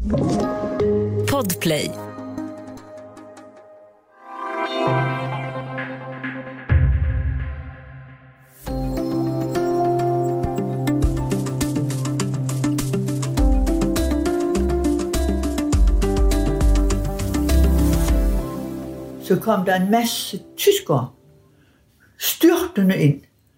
Podplay. Så kom der en masse tyskere styrtende ind.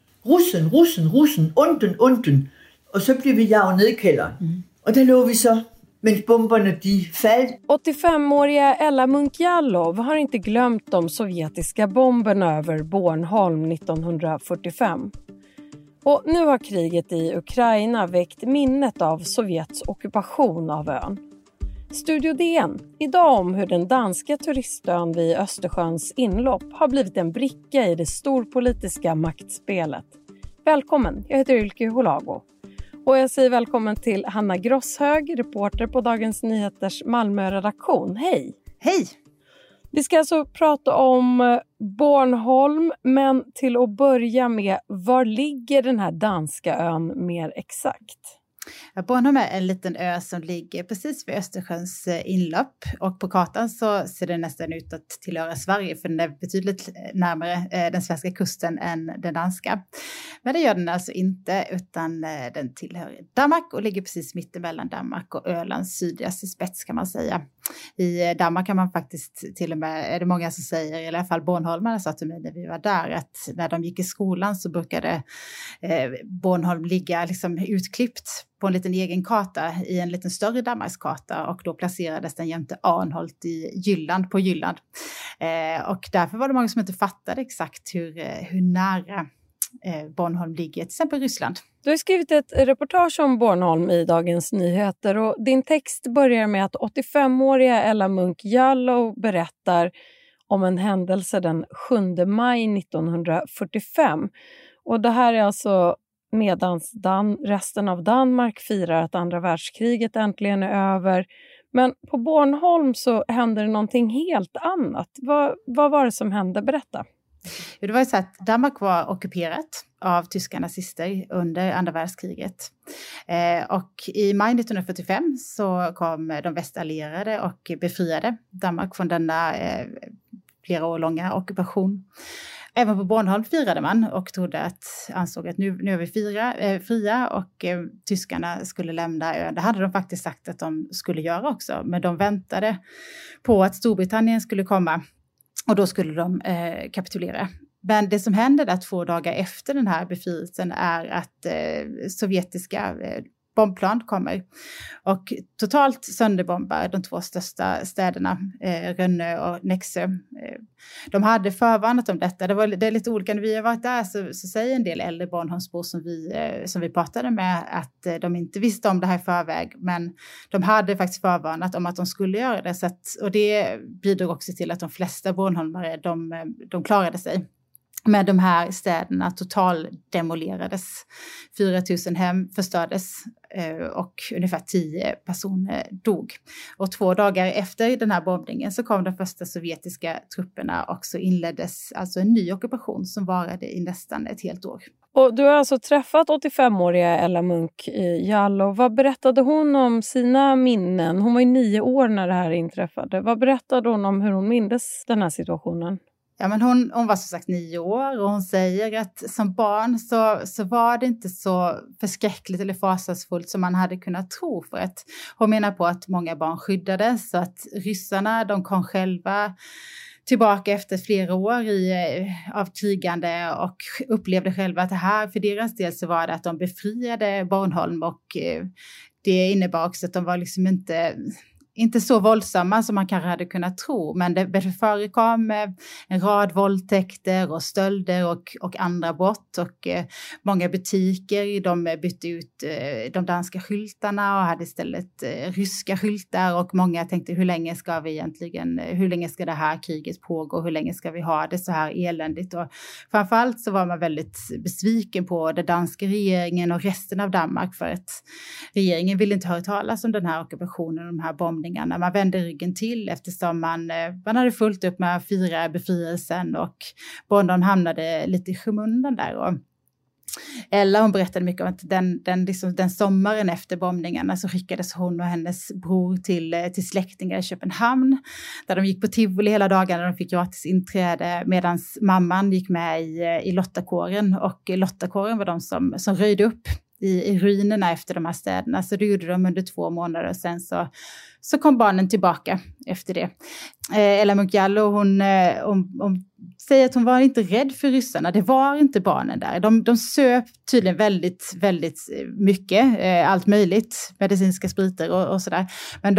Russen, unten. Og så blev vi jaget ned i kælderen. Og der lå vi så, mens bomberne de faldt. 85-åriga Ella Munkjallov har inte glömt de sovjetiska bomberna över Bornholm 1945. Och nu har kriget i Ukraina väckt minnet av Sovjets ockupation av ön. Studio DN, idag om hur den danska turistön vid Östersjöns inlopp har blivit en bricka i det storpolitiska maktspelet. Välkommen, jag heter Ylke Holago. Och jag säger välkommen till Hanna Grosshög, reporter på Dagens Nyheters Malmö-redaktion. Hej! Hej! Vi ska alltså prata om Bornholm, men till att börja med, var ligger den här danska ön mer exakt? Bornholm är en liten ö som ligger precis vid Östersjöns inlopp, och på kartan så ser det nästan ut att tillhöra Sverige, för den är betydligt närmare den svenska kusten än den danska. Men det gör den alltså inte, utan den tillhör Danmark och ligger precis mittemellan Danmark och Ölands sydligaste spets, kan man säga. I Danmark kan man faktiskt till och med, är det många som säger, i alla fall Bornholmarna sa till mig när vi var där, att när de gick i skolan så brukade Bornholm ligga liksom utklippt på en liten egen karta i en liten större Danmarkskarta, och då placerades den jämte Arnholt i Jylland på Jylland. Och därför var det många som inte fattade exakt hur nära Bornholm ligger till exempel Ryssland. Du har skrivit ett reportage om Bornholm i Dagens Nyheter, och din text börjar med att 85-åriga Ella Munkjallov berättar om en händelse den 7 maj 1945. Och det här är alltså medan resten av Danmark firar att andra världskriget äntligen är över. Men på Bornholm så händer det någonting helt annat. Vad var det som hände? Berätta. Det var ju så att Danmark var ockuperat av tyska nazister under andra världskriget. Och i maj 1945 så kom de västallierade och befriade Danmark från denna flera år långa ockupation. Även på Bornholm firade man och ansåg att nu är vi fria och tyskarna skulle lämna ön. Det hade de faktiskt sagt att de skulle göra också, men de väntade på att Storbritannien skulle komma och då skulle de kapitulera. Men det som hände där 2 dagar efter den här befrielsen är att sovjetiska bombplan kommer och totalt sönderbombar de 2 största städerna, Rönne och Näxö. De hade förvarnat om detta. Det är lite olika. När vi har varit där så säger en del äldre Bornholmsbor som vi pratade med att de inte visste om det här i förväg, men de hade faktiskt förvarnat om att de skulle göra det. Och det bidrog också till att de flesta Bornholmare de klarade sig. Men de här städerna total demolerades. 4 000 hem förstördes och ungefär 10 personer dog. Och 2 dagar efter den här bombningen så kom de första sovjetiska trupperna och så inleddes alltså en ny ockupation som varade i nästan ett helt år. Och du har alltså träffat 85-åriga Ella Munkjallov. Vad berättade hon om sina minnen? Hon var ju 9 år när det här inträffade. Vad berättade hon om hur hon mindes den här situationen? Ja, men hon var som sagt 9 år och hon säger att som barn så var det inte så förskräckligt eller fasansfullt som man hade kunnat tro, för att hon menar på att många barn skyddades, så att ryssarna de kom själva tillbaka efter flera år av krigande och upplevde själva att det här för deras del så var det att de befriade Bornholm, och det innebar också att de var liksom inte så våldsamma som man kanske hade kunnat tro, men det förekom en rad våldtäkter och stölder och andra brott, och många butiker de bytte ut de danska skyltarna och hade istället ryska skyltar, och många tänkte hur länge ska det här kriget pågå, hur länge ska vi ha det så här eländigt, och framförallt så var man väldigt besviken på den danska regeringen och resten av Danmark, för att regeringen ville inte höra talas om den här ockupationen och de här bombningarna. Man vände ryggen till eftersom man hade fullt upp med att fira befrielsen, och Bornholm hamnade lite i skymundan där. Och Ella, hon berättade mycket om att den sommaren efter bombningarna så skickades hon och hennes bror till släktingar i Köpenhamn. Där de gick på tivoli hela dagarna, de fick gratis inträde medan mamman gick med i lottakåren. Och lottakåren var de som röjde upp i ruinerna efter de här städerna. Så det gjorde de under 2 månader och sen så kom barnen tillbaka efter det. Ella Munkialo, hon säger att hon var inte rädd för ryssarna. Det var inte barnen där. De söp tydligen väldigt, väldigt mycket. Allt möjligt. Medicinska spriter och sådär. Men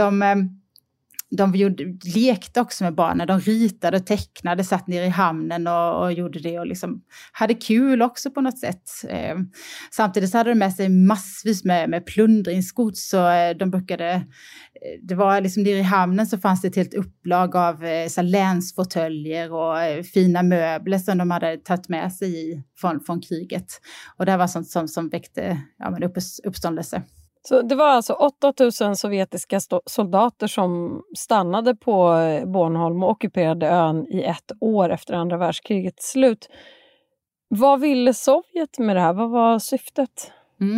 de lekte också med barnen. De ritade och tecknade, satt ner i hamnen och gjorde det och liksom hade kul också på något sätt. Samtidigt så hade de med sig massvis med plundringsgods, så de brukade, det var liksom nere i hamnen så fanns det ett helt upplag av så länsfåtöljer och fina möbler som de hade tagit med sig från kriget. Och det var sånt som väckte uppståndelse. Så det var alltså 8000 sovjetiska soldater som stannade på Bornholm och ockuperade ön i 1 år efter andra världskrigets slut. Vad ville Sovjet med det här? Vad var syftet?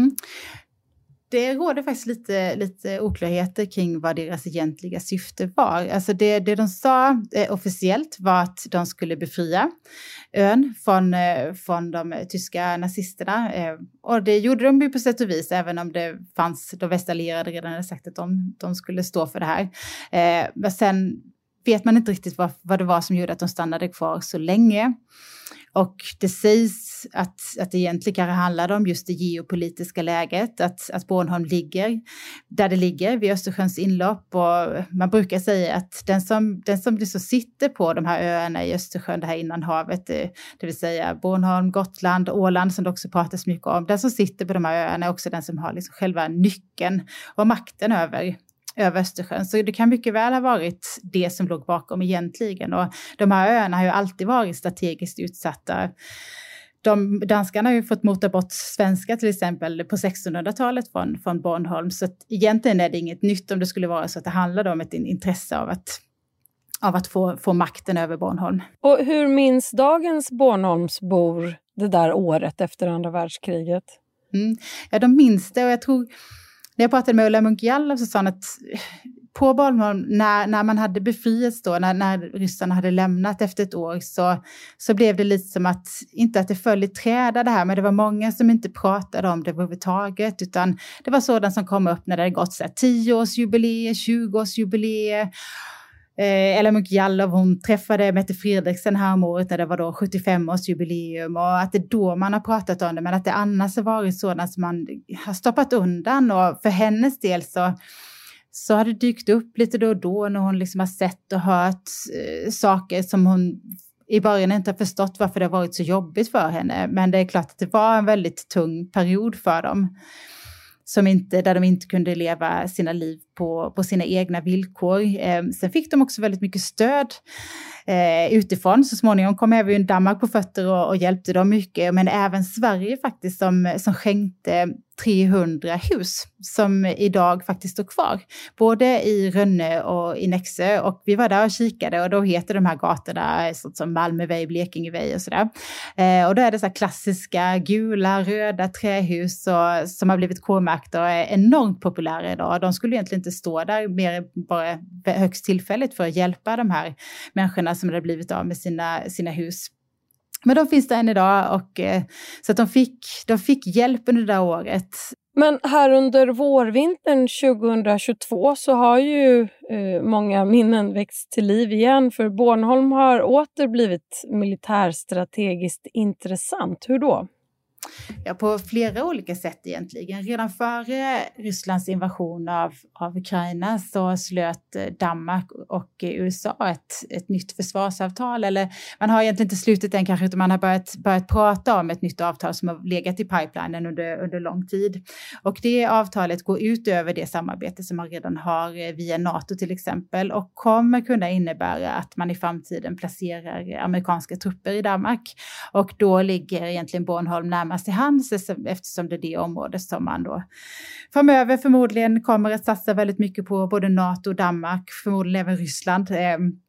Det råder faktiskt lite oklarheter kring vad deras egentliga syfte var. Alltså det de sa officiellt var att de skulle befria ön från de tyska nazisterna. Och det gjorde de ju på sätt och vis, även om det fanns, de västallierade redan hade sagt att de skulle stå för det här. Men sen vet man inte riktigt vad det var som gjorde att de stannade kvar så länge. Och det sägs att det egentligen kanske handlade om just det geopolitiska läget. Att Bornholm ligger där det ligger vid Östersjöns inlopp. Och man brukar säga att den som liksom sitter på de här öarna i Östersjön, det här innanhavet. Det vill säga Bornholm, Gotland, Åland som det också pratas mycket om. Den som sitter på de här öarna är också den som har liksom själva nyckeln och makten över Östersjön. Så det kan mycket väl ha varit det som låg bakom egentligen. Och de här öarna har ju alltid varit strategiskt utsatta. Danskarna har ju fått mota bort svenska till exempel på 1600-talet från Bornholm. Så att egentligen är det inget nytt om det skulle vara så att det handlade om ett intresse av att få makten över Bornholm. Och hur minns dagens Bornholmsbor det där året efter andra världskriget? Ja, de minns det, och jag tror när jag pratade med Ulla Munkialo så sa han att på Bornholm, när man hade befriats då, när ryssarna hade lämnat efter 1 år så blev det lite som att, inte att det föll i träda det här, men det var många som inte pratade om det överhuvudtaget, utan det var sådant som kom upp när det hade gått 10-årsjubileer, 20-årsjubileer. Ella Munkialo, hon träffade Mette Fredriksen här om året när det var då 75-årsjubileum, och att det då man har pratat om det, men att det annars har varit sådant som man har stoppat undan, och för hennes del så har det dykt upp lite då och då när hon liksom har sett och hört saker som hon i början inte har förstått varför det har varit så jobbigt för henne, men det är klart att det var en väldigt tung period för dem. Där de inte kunde leva sina liv på sina egna villkor. Sen fick de också väldigt mycket stöd utifrån. Så småningom kom även Danmark på fötter och hjälpte dem mycket. Men även Sverige faktiskt som skänkte 300 hus som idag faktiskt står kvar. Både i Rönne och i Näxö. Och vi var där och kikade, och då heter de här gatorna som Malmöväg, Blekingevej och sådär. Och då är det så här klassiska gula, röda trähus som har blivit K-märkta och är enormt populära idag. De skulle egentligen inte stå där mer bara högst tillfälligt för att hjälpa de här människorna som hade blivit av med sina hus. Men de finns där än idag, och så att de fick hjälp under det där året. Men här under vårvintern 2022 så har ju många minnen växt till liv igen, för Bornholm har åter blivit militärstrategiskt intressant. Hur då? Ja, på flera olika sätt egentligen. Redan före Rysslands invasion av Ukraina så slöt Danmark och USA ett nytt försvarsavtal. Eller man har egentligen inte slutit än kanske, utan man har börjat prata om ett nytt avtal som har legat i pipelinen under lång tid. Och det avtalet går ut över det samarbete som man redan har via NATO till exempel, och kommer kunna innebära att man i framtiden placerar amerikanska trupper i Danmark. Och då ligger egentligen Bornholm närmast i hands, eftersom det är det område som man då framöver förmodligen kommer att satsa väldigt mycket på, både NATO och Danmark, förmodligen även Ryssland.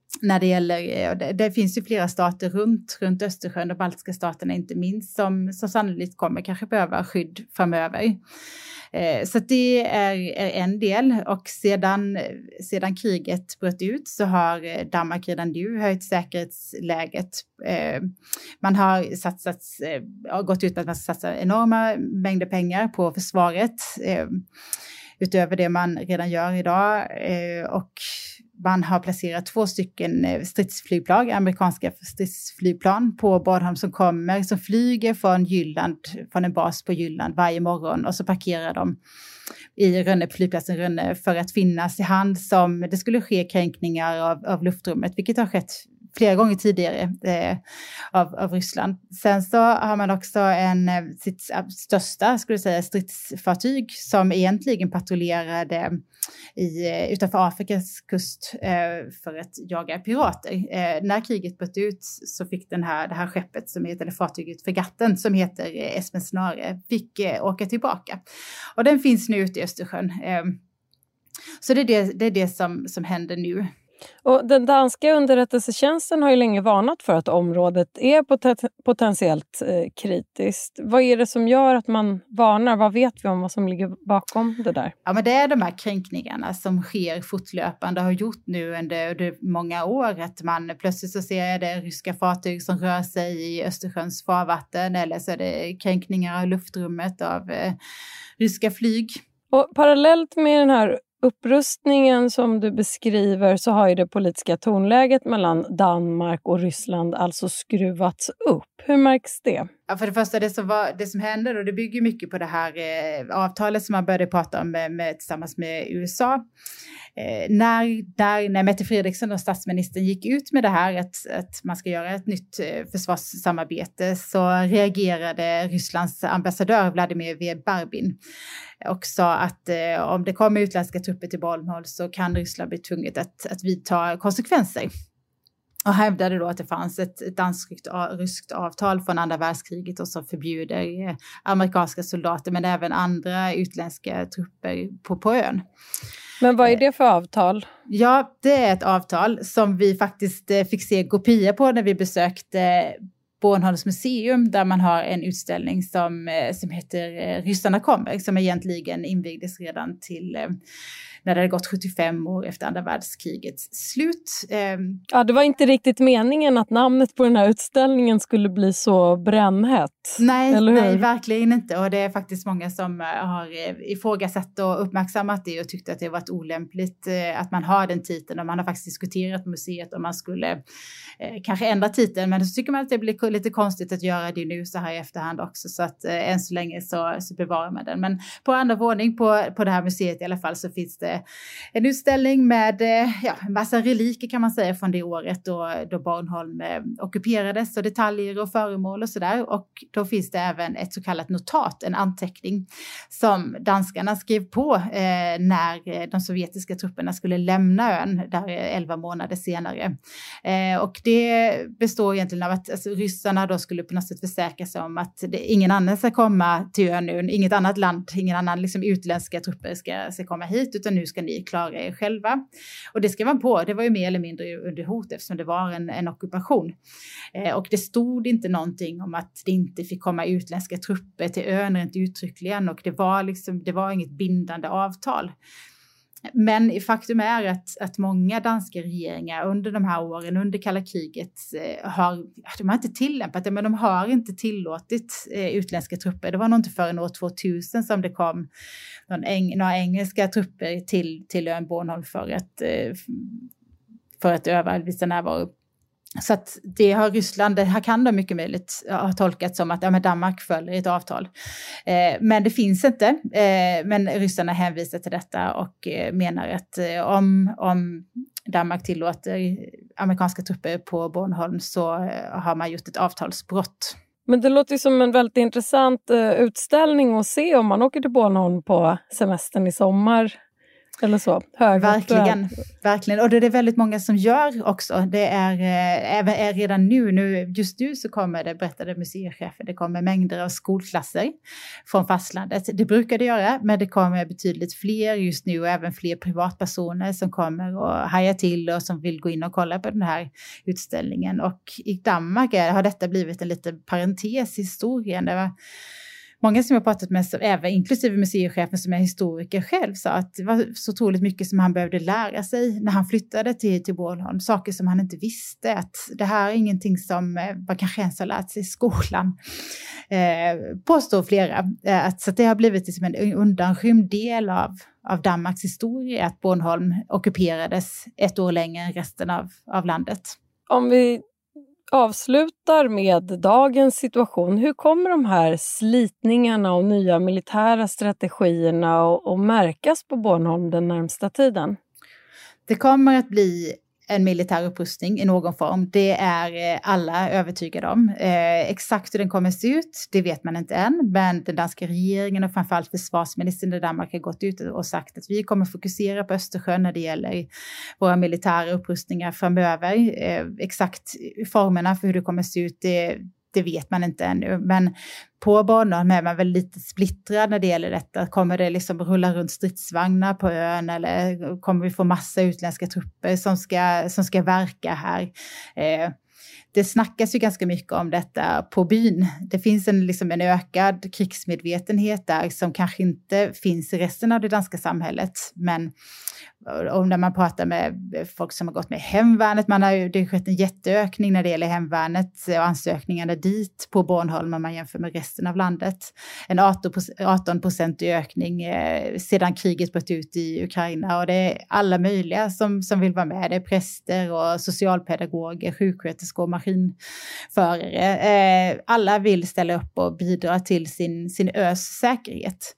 när det gäller, det finns ju flera stater runt Östersjön, de baltiska staterna inte minst, som sannolikt kommer kanske behöva skydd framöver. Så det är en del, och sedan kriget bröt ut så har Danmark redan nu höjt säkerhetsläget. Man har gått ut med att man ska satsa enorma mängder pengar på försvaret utöver det man redan gör idag, och man har placerat 2 stridsflygplan, amerikanska stridsflygplan på Bornholm som flyger från Jylland, från en bas på Jylland varje morgon, och så parkerar de i Rönne, på flygplatsen Rönne, för att finnas i hand som det skulle ske kränkningar av luftrummet, vilket har skett flera gånger tidigare av Ryssland. Sen så har man också sitt största, skulle jag säga, stridsfartyg som egentligen patrullerade utanför Afrikas kust för att jaga pirater. När kriget bröt ut så fick det här skeppet eller fartyget, fregatten som heter Espen Snare, fick åka tillbaka. Och den finns nu ute i Östersjön. Så det är det som händer nu. Och den danska underrättelsetjänsten har ju länge varnat för att området är potentiellt kritiskt. Vad är det som gör att man varnar? Vad vet vi om vad som ligger bakom det där? Ja, men det är de här kränkningarna som sker fortlöpande, har gjort nu under många år. Att man plötsligt så ser det ryska fartyg som rör sig i Östersjöns farvatten, eller så är det kränkningar av luftrummet av ryska flyg. Och parallellt med den här upprustningen som du beskriver så har ju det politiska tonläget mellan Danmark och Ryssland alltså skruvats upp. Hur märks det? Ja, för det första, det som händer, och det bygger mycket på det här avtalet som man började prata om tillsammans med USA. När Mette Frederiksen och statsministern gick ut med det här att man ska göra ett nytt försvarssamarbete, så reagerade Rysslands ambassadör Vladimir V. Barbin och sa att om det kommer utländska trupper till Bornholm så kan Ryssland bli tvunget att vidta konsekvenser. Och hävdade då att det fanns ett danskt-ryskt avtal från andra världskriget och som förbjuder amerikanska soldater men även andra utländska trupper på ön. Men vad är det för avtal? Ja, det är ett avtal som vi faktiskt fick se en kopia på när vi besökte Bornholms museum, där man har en utställning som heter Ryssarna kommer, som egentligen invigdes redan till när det hade gått 75 år efter andra världskrigets slut. Ja, det var inte riktigt meningen att namnet på den här utställningen skulle bli så brännhett. Nej, verkligen inte. Och det är faktiskt många som har ifrågasatt och uppmärksammat det och tyckte att det varit olämpligt att man har den titeln. Och man har faktiskt diskuterat på museet om man skulle kanske ändra titeln. Men så tycker man att det blir lite konstigt att göra det nu så här i efterhand också. Så att än så länge så bevarar man den. Men på andra våning på det här museet i alla fall så finns det en utställning med en massa reliker kan man säga från det året då Bornholm ockuperades, och detaljer och föremål och sådär. Och då finns det även ett så kallat notat, en anteckning som danskarna skrev på när de sovjetiska trupperna skulle lämna ön där 11 månader senare. Och det består egentligen av att ryssarna då skulle på något sätt försäkra sig om att ingen annan ska komma till ön nu, inget annat land, ingen annan liksom utländska trupper ska komma hit, utan nu ska ni klara er själva. Och det skrev man på, det var ju mer eller mindre under hot eftersom det var en ockupation. Och det stod inte någonting om att det inte fick komma utländska trupper till ön rent uttryckligen, och det var inget bindande avtal. Men faktum är att många danska regeringar under de här åren, under kalla kriget, de har inte tillämpat det, men de har inte tillåtit utländska trupper. Det var nog inte förrän år 2000 som det kom några engelska trupper till ön Bornholm för att öva vissa närvaro. Så att det har Ryssland, det här kan de mycket möjligt ha tolkat som att Danmark följer ett avtal. Men det finns inte. Men ryssarna hänvisar till detta och menar att om Danmark tillåter amerikanska trupper på Bornholm så har man gjort ett avtalsbrott. Men det låter ju som en väldigt intressant utställning att se om man åker till Bornholm på semestern i sommar. Eller så. Verkligen. Och det är väldigt många som gör också. Det är redan just nu så kommer det, berättade museichefer, det kommer mängder av skolklasser från fastlandet. Det brukar det göra, men det kommer betydligt fler just nu och även fler privatpersoner som kommer och hajar till och som vill gå in och kolla på den här utställningen. Och i Danmark har detta blivit en liten parentes i historien. Det var många som jag pratat med, även inklusive museichefen som är historiker själv, sa att det var så otroligt mycket som han behövde lära sig när han flyttade till Bornholm. Saker som han inte visste, att det här är ingenting som man kanske ens har lärt sig i skolan. Påstår flera. Så det har blivit liksom en undanskymd del av Danmarks historia, att Bornholm ockuperades ett år längre än resten av landet. Om vi avslutar med dagens situation. Hur kommer de här slitningarna och nya militära strategierna att märkas på Bornholm den närmsta tiden? Det kommer att bli en militär upprustning i någon form. Det är alla övertygade om. Exakt hur den kommer att se ut, det vet man inte än. Men den danska regeringen och framförallt försvarsministern i Danmark har gått ut och sagt att vi kommer fokusera på Östersjön när det gäller våra militära upprustningar framöver. Exakt formerna för hur det kommer att se ut, det vet man inte ännu. Men på Bornholm är man väl lite splittrad när det gäller detta. Kommer det liksom rulla runt stridsvagnar på ön, eller kommer vi få massa utländska trupper som ska verka här? Det snackas ju ganska mycket om detta på byn. Det finns en ökad krigsmedvetenhet där som kanske inte finns i resten av det danska samhället. Men om när man pratar med folk som har gått med hemvärnet, det har skett en jätteökning när det gäller hemvärnet och ansökningarna dit på Bornholm om man jämför med resten av landet. En 18% ökning sedan kriget bröt ut i Ukraina, och det är alla möjliga som vill vara med. Det är präster och socialpedagoger, sjuksköterskor, maskinförare. Alla vill ställa upp och bidra till sin ös säkerhet.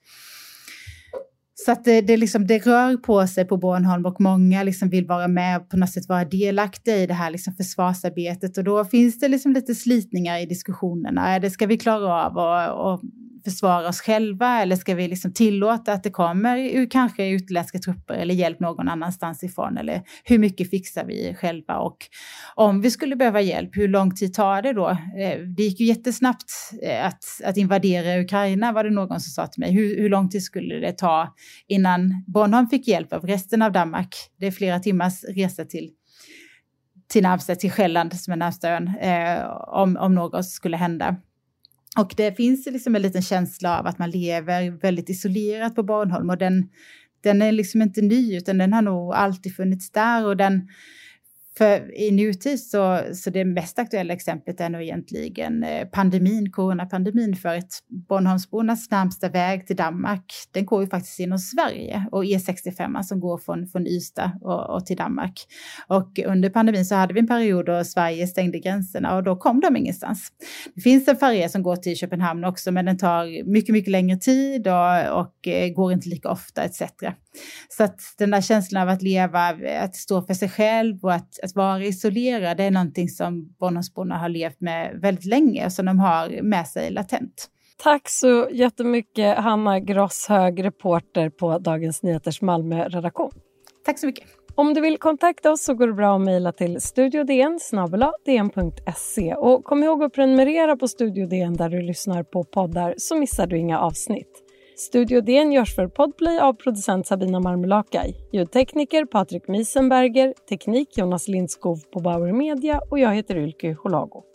Så att det rör på sig på Bornholm, och många vill vara med och på något sätt vara delaktiga i det här försvarsarbetet. Och då finns det lite slitningar i diskussionerna. Ska vi klara av och försvara oss själva, eller ska vi tillåta att det kommer kanske utländska trupper eller hjälp någon annanstans ifrån, eller hur mycket fixar vi själva, och om vi skulle behöva hjälp, hur lång tid tar det då? Det gick ju jättesnabbt att invadera Ukraina, var det någon som sa till mig. Hur lång tid skulle det ta innan Bornholm fick hjälp av resten av Danmark? Det är flera timmars resa till Själland som är närmsta ön, om något skulle hända. Och det finns en liten känsla av att man lever väldigt isolerat på Bornholm, och den är inte ny, utan den har nog alltid funnits där, och för i nutid så det mest aktuella exemplet är nog egentligen coronapandemin, för ett Bornholmsbornas närmsta väg till Danmark, den går ju faktiskt genom Sverige, och E65 som går från Ystad och till Danmark. Och under pandemin så hade vi en period då Sverige stängde gränserna, och då kom de ingenstans. Det finns en färja som går till Köpenhamn också, men den tar mycket, mycket längre tid och går inte lika ofta etc. Så att den där känslan av att leva, att stå för sig själv och att vara isolerad, det är någonting som Bornholmsborna har levt med väldigt länge, och som de har med sig latent. Tack så jättemycket, Hanna Grosshög, reporter på Dagens Nyheters Malmö-redaktion. Tack så mycket. Om du vill kontakta oss så går det bra att mejla till studiodn@dn.se, och kom ihåg att prenumerera på Studio DN där du lyssnar på poddar, så missar du inga avsnitt. Studio DN görs för Podplay av producent Sabina Marmelakai, ljudtekniker Patrik Miesenberger, teknik Jonas Lindskov på Bauer Media, och jag heter Ylke Holago.